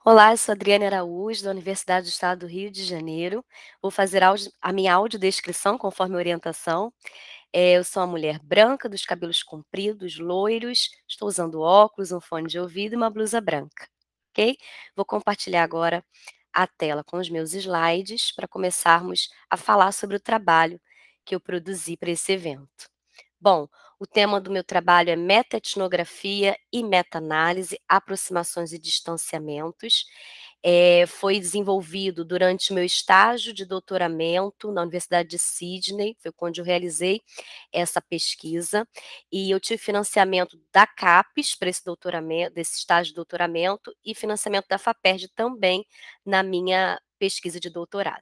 Olá, eu sou Adriane Araújo, da Universidade do Estado do Rio de Janeiro. Vou fazer a minha audiodescrição conforme a orientação. Eu sou uma mulher branca, dos cabelos compridos, loiros, estou usando óculos, um fone de ouvido e uma blusa branca, ok? Vou compartilhar agora a tela com os meus slides para começarmos a falar sobre o trabalho que eu produzi para esse evento. Bom, o tema do meu trabalho é metaetnografia e meta-análise, aproximações e distanciamentos. Foi desenvolvido durante o meu estágio de doutoramento na Universidade de Sydney, foi onde eu realizei essa pesquisa, e eu tive financiamento da CAPES para esse doutoramento, desse estágio de doutoramento, e financiamento da FAPERJ também na minha pesquisa de doutorado.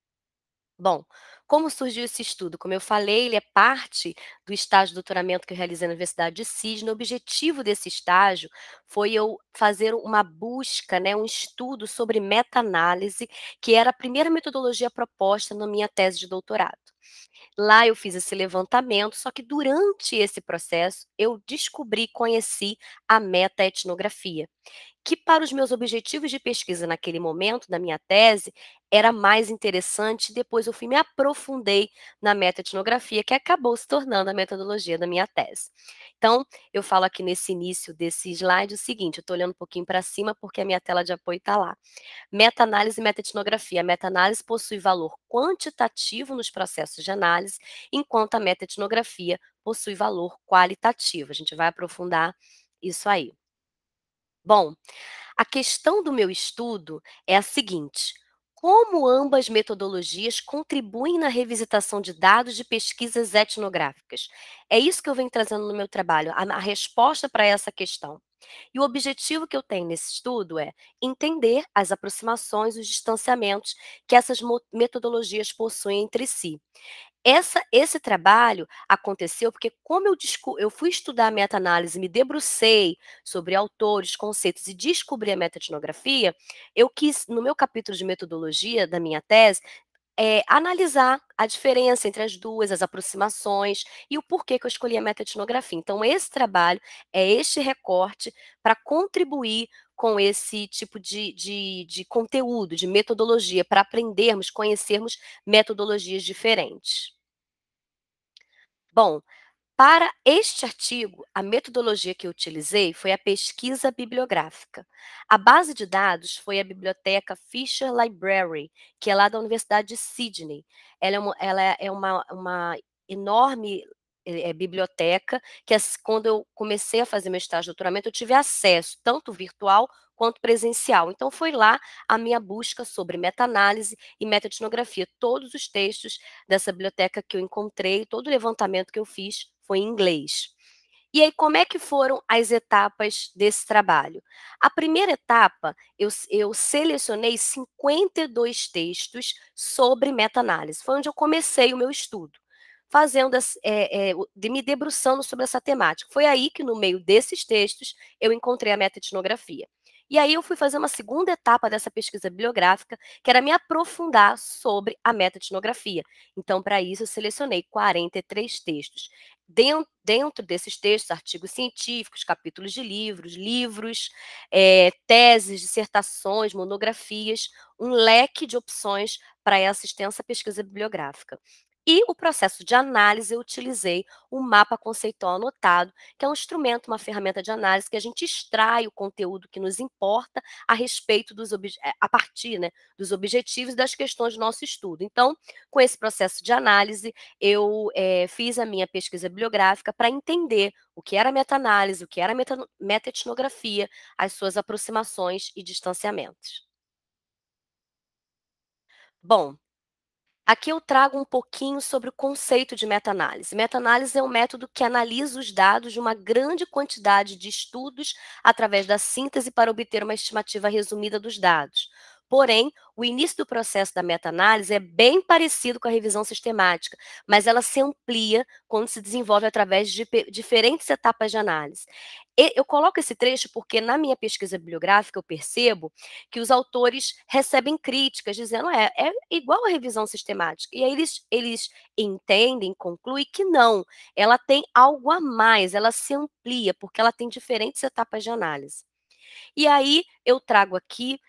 Bom, como surgiu esse estudo? Como eu falei, ele é parte do estágio de doutoramento que eu realizei na Universidade de Sydney. O objetivo desse estágio foi eu fazer uma busca, né, um estudo sobre meta-análise, que era a primeira metodologia proposta na minha tese de doutorado. Lá eu fiz esse levantamento, só que durante esse processo eu descobri e conheci a meta-etnografia, que para os meus objetivos de pesquisa naquele momento, da minha tese, era mais interessante. Depois eu me aprofundei na metaetnografia, que acabou se tornando a metodologia da minha tese. Então, eu falo aqui nesse início desse slide o seguinte, eu estou olhando um pouquinho para cima porque a minha tela de apoio está lá. Meta-análise e metaetnografia. A meta-análise possui valor quantitativo nos processos de análise, enquanto a metaetnografia possui valor qualitativo. A gente vai aprofundar isso aí. Bom, a questão do meu estudo é a seguinte: como ambas metodologias contribuem na revisitação de dados de pesquisas etnográficas? É isso que eu venho trazendo no meu trabalho, a resposta para essa questão. E o objetivo que eu tenho nesse estudo é entender as aproximações e os distanciamentos que essas metodologias possuem entre si. Esse trabalho aconteceu porque, como eu fui estudar a meta-análise, me debrucei sobre autores, conceitos e descobri a meta-etnografia, eu quis, no meu capítulo de metodologia da minha tese, analisar a diferença entre as duas, as aproximações e o porquê que eu escolhi a meta-etnografia. Então, esse trabalho é este recorte para contribuir com esse tipo de conteúdo, de metodologia, para aprendermos, conhecermos metodologias diferentes. Bom, para este artigo, a metodologia que eu utilizei foi a pesquisa bibliográfica. A base de dados foi a biblioteca Fisher Library, que é lá da Universidade de Sydney. Ela é uma enorme biblioteca que, quando eu comecei a fazer meu estágio de doutoramento, eu tive acesso, tanto virtual quanto presencial. Então, foi lá a minha busca sobre meta-análise e metaetnografia. Todos os textos dessa biblioteca que eu encontrei, todo o levantamento que eu fiz foi em inglês. E aí, como é que foram as etapas desse trabalho? A primeira etapa, eu selecionei 52 textos sobre meta-análise. Foi onde eu comecei o meu estudo, fazendo, me debruçando sobre essa temática. Foi aí que, no meio desses textos, eu encontrei a meta-etnografia. E aí eu fui fazer uma segunda etapa dessa pesquisa bibliográfica, que era me aprofundar sobre a meta-etnografia. Então, para isso, eu selecionei 43 textos. Dentro desses textos, artigos científicos, capítulos de livros, teses, dissertações, monografias, um leque de opções para essa extensa pesquisa bibliográfica. E o processo de análise, eu utilizei o mapa conceitual anotado, que é um instrumento, uma ferramenta de análise que a gente extrai o conteúdo que nos importa a respeito a partir, né, dos objetivos e das questões do nosso estudo. Então, com esse processo de análise, eu fiz a minha pesquisa bibliográfica para entender o que era meta-análise, o que era meta-etnografia, as suas aproximações e distanciamentos. Bom, aqui eu trago um pouquinho sobre o conceito de meta-análise. Meta-análise é um método que analisa os dados de uma grande quantidade de estudos através da síntese para obter uma estimativa resumida dos dados. Porém, o início do processo da meta-análise é bem parecido com a revisão sistemática, mas ela se amplia quando se desenvolve através de diferentes etapas de análise. Eu coloco esse trecho porque, na minha pesquisa bibliográfica, eu percebo que os autores recebem críticas dizendo é igual a revisão sistemática. E aí eles entendem, concluem que não, ela tem algo a mais, ela se amplia, porque ela tem diferentes etapas de análise. E aí eu trago aqui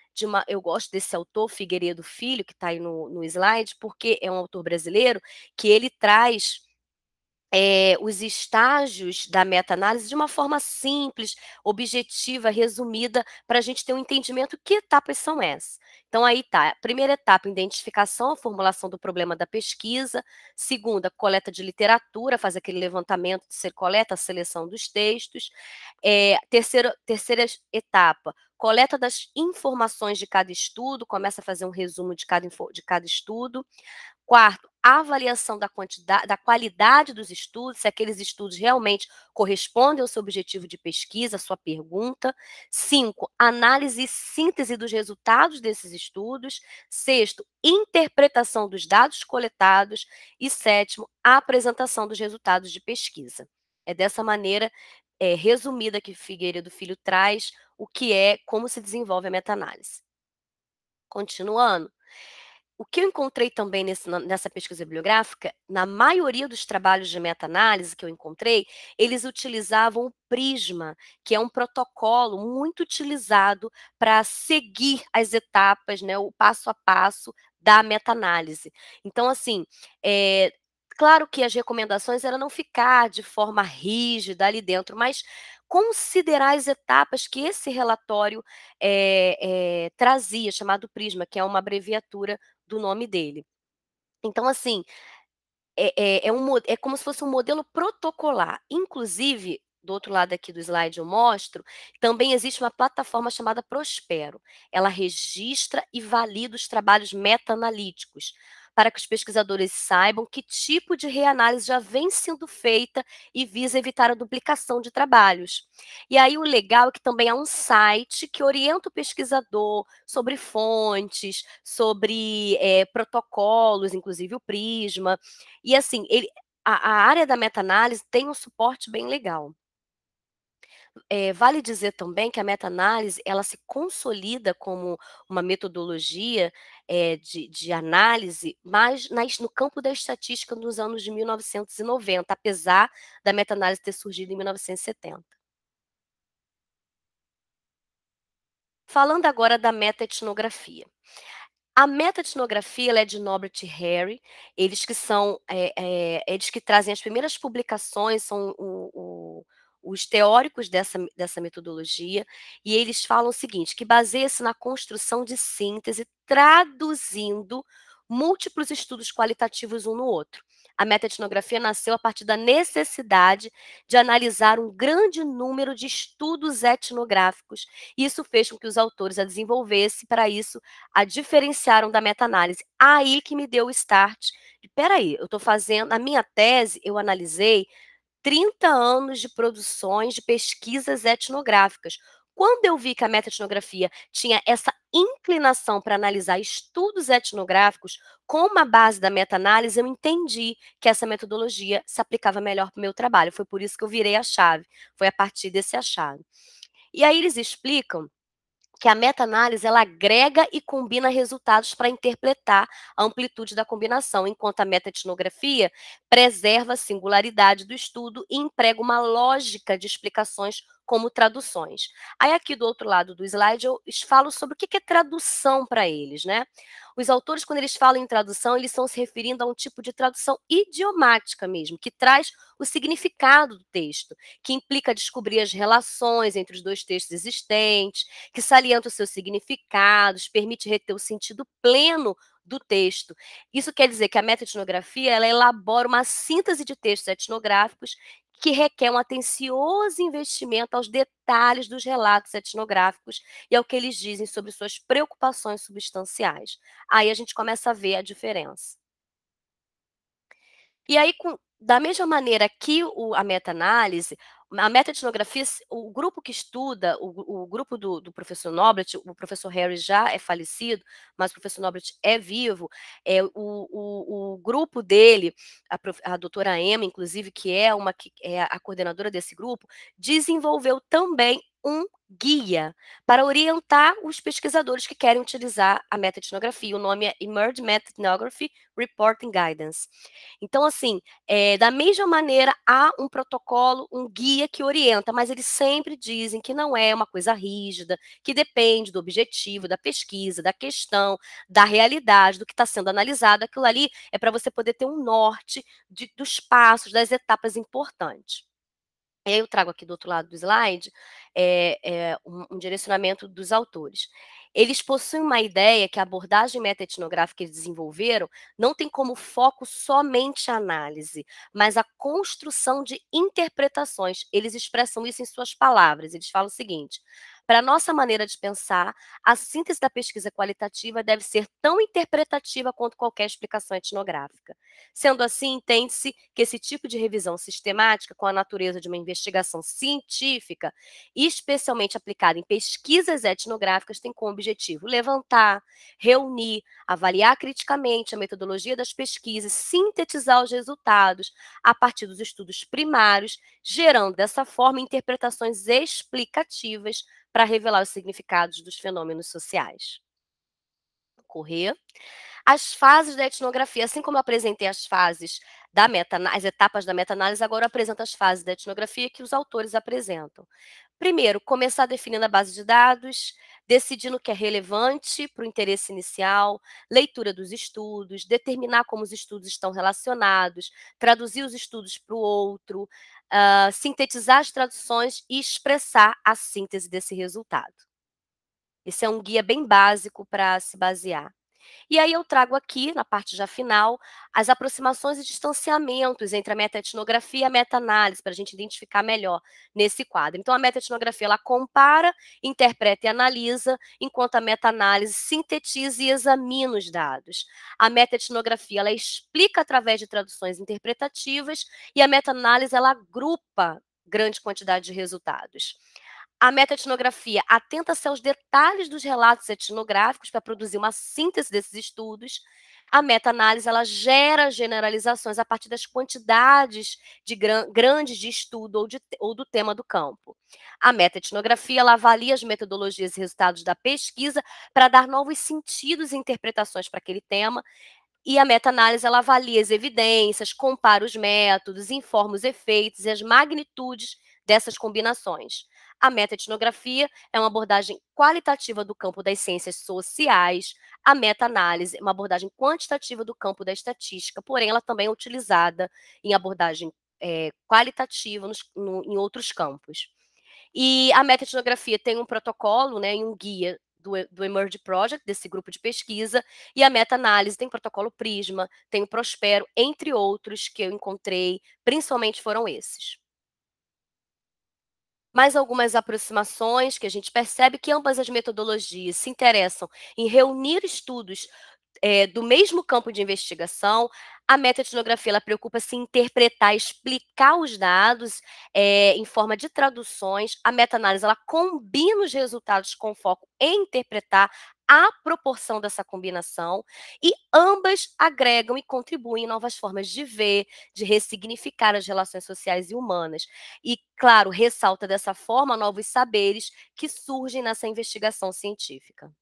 eu gosto desse autor, Figueiredo Filho, que está aí no slide, porque é um autor brasileiro que ele traz os estágios da meta-análise de uma forma simples, objetiva, resumida, para a gente ter um entendimento que etapas são essas. Então aí tá, primeira etapa, identificação, formulação do problema da pesquisa. Segunda, coleta de literatura, faz aquele levantamento de ser coleta, a seleção dos textos. Terceira etapa, coleta das informações de cada estudo, começa a fazer um resumo de cada estudo. Quarto, avaliação da qualidade dos estudos, se aqueles estudos realmente correspondem ao seu objetivo de pesquisa, à sua pergunta. 5, análise e síntese dos resultados desses estudos. Sexto, interpretação dos dados coletados. E sétimo, a apresentação dos resultados de pesquisa. É dessa maneira resumida que Figueiredo Filho traz o que é, como se desenvolve a meta-análise. Continuando, o que eu encontrei também nessa pesquisa bibliográfica, na maioria dos trabalhos de meta-análise que eu encontrei, eles utilizavam o Prisma, que é um protocolo muito utilizado para seguir as etapas, né, o passo a passo da meta-análise. Então, assim, claro que as recomendações eram não ficar de forma rígida ali dentro, mas considerar as etapas que esse relatório trazia, chamado Prisma, que é uma abreviatura do nome dele. Então, assim, é como se fosse um modelo protocolar. Inclusive, do outro lado aqui do slide eu mostro, também existe uma plataforma chamada Prospero. Ela registra e valida os trabalhos meta-analíticos, para que os pesquisadores saibam que tipo de reanálise já vem sendo feita e visa evitar a duplicação de trabalhos. E aí o legal é que também há um site que orienta o pesquisador sobre fontes, sobre protocolos, inclusive o Prisma. E assim, a área da meta-análise tem um suporte bem legal. Vale dizer também que a meta-análise, ela se consolida como uma metodologia, de análise, mas no campo da estatística nos anos de 1990, apesar da meta-análise ter surgido em 1970. Falando agora da meta-etnografia. A meta-etnografia, ela é de Norbert e Harry, eles que trazem as primeiras publicações, são os teóricos dessa metodologia, e eles falam o seguinte, que baseia-se na construção de síntese, traduzindo múltiplos estudos qualitativos um no outro. A meta-etnografia nasceu a partir da necessidade de analisar um grande número de estudos etnográficos, e isso fez com que os autores a desenvolvessem, para isso, a diferenciaram da meta-análise. Aí que me deu o start. Espera aí, eu estou fazendo, na minha tese, eu analisei 30 anos de produções de pesquisas etnográficas. Quando eu vi que a meta-etnografia tinha essa inclinação para analisar estudos etnográficos com uma base da meta-análise, eu entendi que essa metodologia se aplicava melhor para o meu trabalho. Foi por isso que eu virei a chave. Foi a partir desse achado. E aí eles explicam que a meta-análise ela agrega e combina resultados para interpretar a amplitude da combinação, enquanto a meta-etnografia preserva a singularidade do estudo e emprega uma lógica de explicações como traduções. Aí aqui do outro lado do slide eu falo sobre o que é tradução para eles, né? Os autores, quando eles falam em tradução, eles estão se referindo a um tipo de tradução idiomática mesmo, que traz o significado do texto, que implica descobrir as relações entre os dois textos existentes, que salienta os seus significados, permite reter o sentido pleno do texto. Isso quer dizer que a meta-etnografia ela elabora uma síntese de textos etnográficos que requer um atencioso investimento aos detalhes dos relatos etnográficos e ao que eles dizem sobre suas preocupações substanciais. Aí a gente começa a ver a diferença. E aí, da mesma maneira que a meta-análise, a meta-etnografia, o grupo que estuda, o grupo do professor Noblet, o professor Harry já é falecido, mas o professor Noblet é vivo, o grupo dele, a doutora Emma, inclusive, que é a coordenadora desse grupo, desenvolveu também um guia para orientar os pesquisadores que querem utilizar a metaetnografia. O nome é Emerged Metaethnography Reporting Guidance. Então, assim, da mesma maneira, há um protocolo, um guia que orienta, mas eles sempre dizem que não é uma coisa rígida, que depende do objetivo, da pesquisa, da questão, da realidade, do que está sendo analisado. Aquilo ali é para você poder ter um norte dos passos, das etapas importantes. E aí eu trago aqui do outro lado do slide, um direcionamento dos autores. Eles possuem uma ideia que a abordagem metaetnográfica que eles desenvolveram não tem como foco somente a análise, mas a construção de interpretações. Eles expressam isso em suas palavras. Eles falam o seguinte: para a nossa maneira de pensar, a síntese da pesquisa qualitativa deve ser tão interpretativa quanto qualquer explicação etnográfica. Sendo assim, entende-se que esse tipo de revisão sistemática, com a natureza de uma investigação científica, especialmente aplicada em pesquisas etnográficas, tem como objetivo levantar, reunir, avaliar criticamente a metodologia das pesquisas, sintetizar os resultados a partir dos estudos primários, gerando dessa forma interpretações explicativas para revelar os significados dos fenômenos sociais. Correr. As fases da etnografia, assim como eu apresentei as fases da as etapas da meta-análise, agora eu apresento as fases da etnografia que os autores apresentam. Primeiro, começar definindo a base de dados, decidindo o que é relevante para o interesse inicial, leitura dos estudos, determinar como os estudos estão relacionados, traduzir os estudos para o outro, sintetizar as traduções e expressar a síntese desse resultado. Esse é um guia bem básico para se basear. E aí eu trago aqui, na parte já final, as aproximações e distanciamentos entre a metaetnografia e a meta-análise, para a gente identificar melhor nesse quadro. Então, a metaetnografia, ela compara, interpreta e analisa, enquanto a meta-análise sintetiza e examina os dados. A metaetnografia, ela explica através de traduções interpretativas, e a meta-análise, ela agrupa grande quantidade de resultados. A metaetnografia atenta-se aos detalhes dos relatos etnográficos para produzir uma síntese desses estudos. A meta-análise, ela gera generalizações a partir das quantidades de grandes de estudo ou do tema do campo. A metaetnografia, ela avalia as metodologias e resultados da pesquisa para dar novos sentidos e interpretações para aquele tema. E a meta-análise, ela avalia as evidências, compara os métodos, informa os efeitos e as magnitudes dessas combinações. A meta-etnografia é uma abordagem qualitativa do campo das ciências sociais. A meta-análise é uma abordagem quantitativa do campo da estatística, porém ela também é utilizada em abordagem qualitativa em outros campos. E a metaetnografia tem um protocolo, né, e um guia do Emerge Project, desse grupo de pesquisa, e a meta-análise tem o protocolo Prisma, tem o Prospero, entre outros que eu encontrei, principalmente foram esses. Mais algumas aproximações que a gente percebe que ambas as metodologias se interessam em reunir estudos do mesmo campo de investigação. A metaetnografia, ela preocupa-se em interpretar, explicar os dados em forma de traduções. A meta-análise, ela combina os resultados com foco em interpretar a proporção dessa combinação, e ambas agregam e contribuem em novas formas de ver, de ressignificar as relações sociais e humanas. E, claro, ressalta dessa forma novos saberes que surgem nessa investigação científica.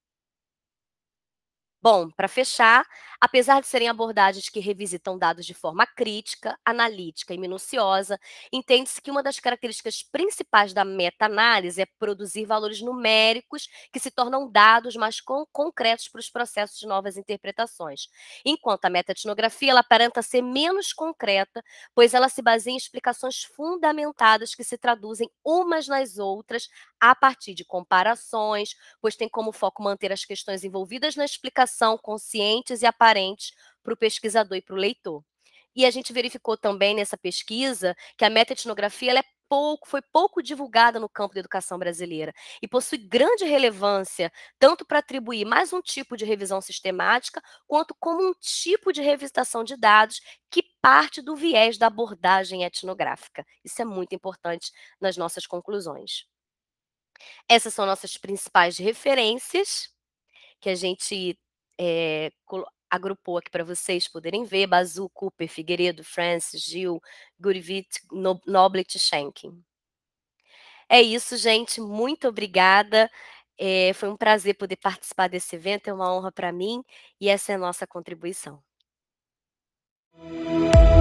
Bom, para fechar, apesar de serem abordagens que revisitam dados de forma crítica, analítica e minuciosa, entende-se que uma das características principais da meta-análise é produzir valores numéricos que se tornam dados mais concretos para os processos de novas interpretações. Enquanto a meta-etnografia, ela aparenta ser menos concreta, pois ela se baseia em explicações fundamentadas que se traduzem umas nas outras a partir de comparações, pois tem como foco manter as questões envolvidas na explicação conscientes e aparentes para o pesquisador e para o leitor. E a gente verificou também nessa pesquisa que a metaetnografia ela foi pouco divulgada no campo da educação brasileira e possui grande relevância tanto para atribuir mais um tipo de revisão sistemática, quanto como um tipo de revisitação de dados que parte do viés da abordagem etnográfica. Isso é muito importante nas nossas conclusões. Essas são nossas principais referências, que a gente, agrupou aqui para vocês poderem ver: Basu, Cooper, Figueiredo, Francis, Gil, Gurevitch, Noblet e Schenken. É isso, gente, muito obrigada, foi um prazer poder participar desse evento, é uma honra para mim, e essa é a nossa contribuição.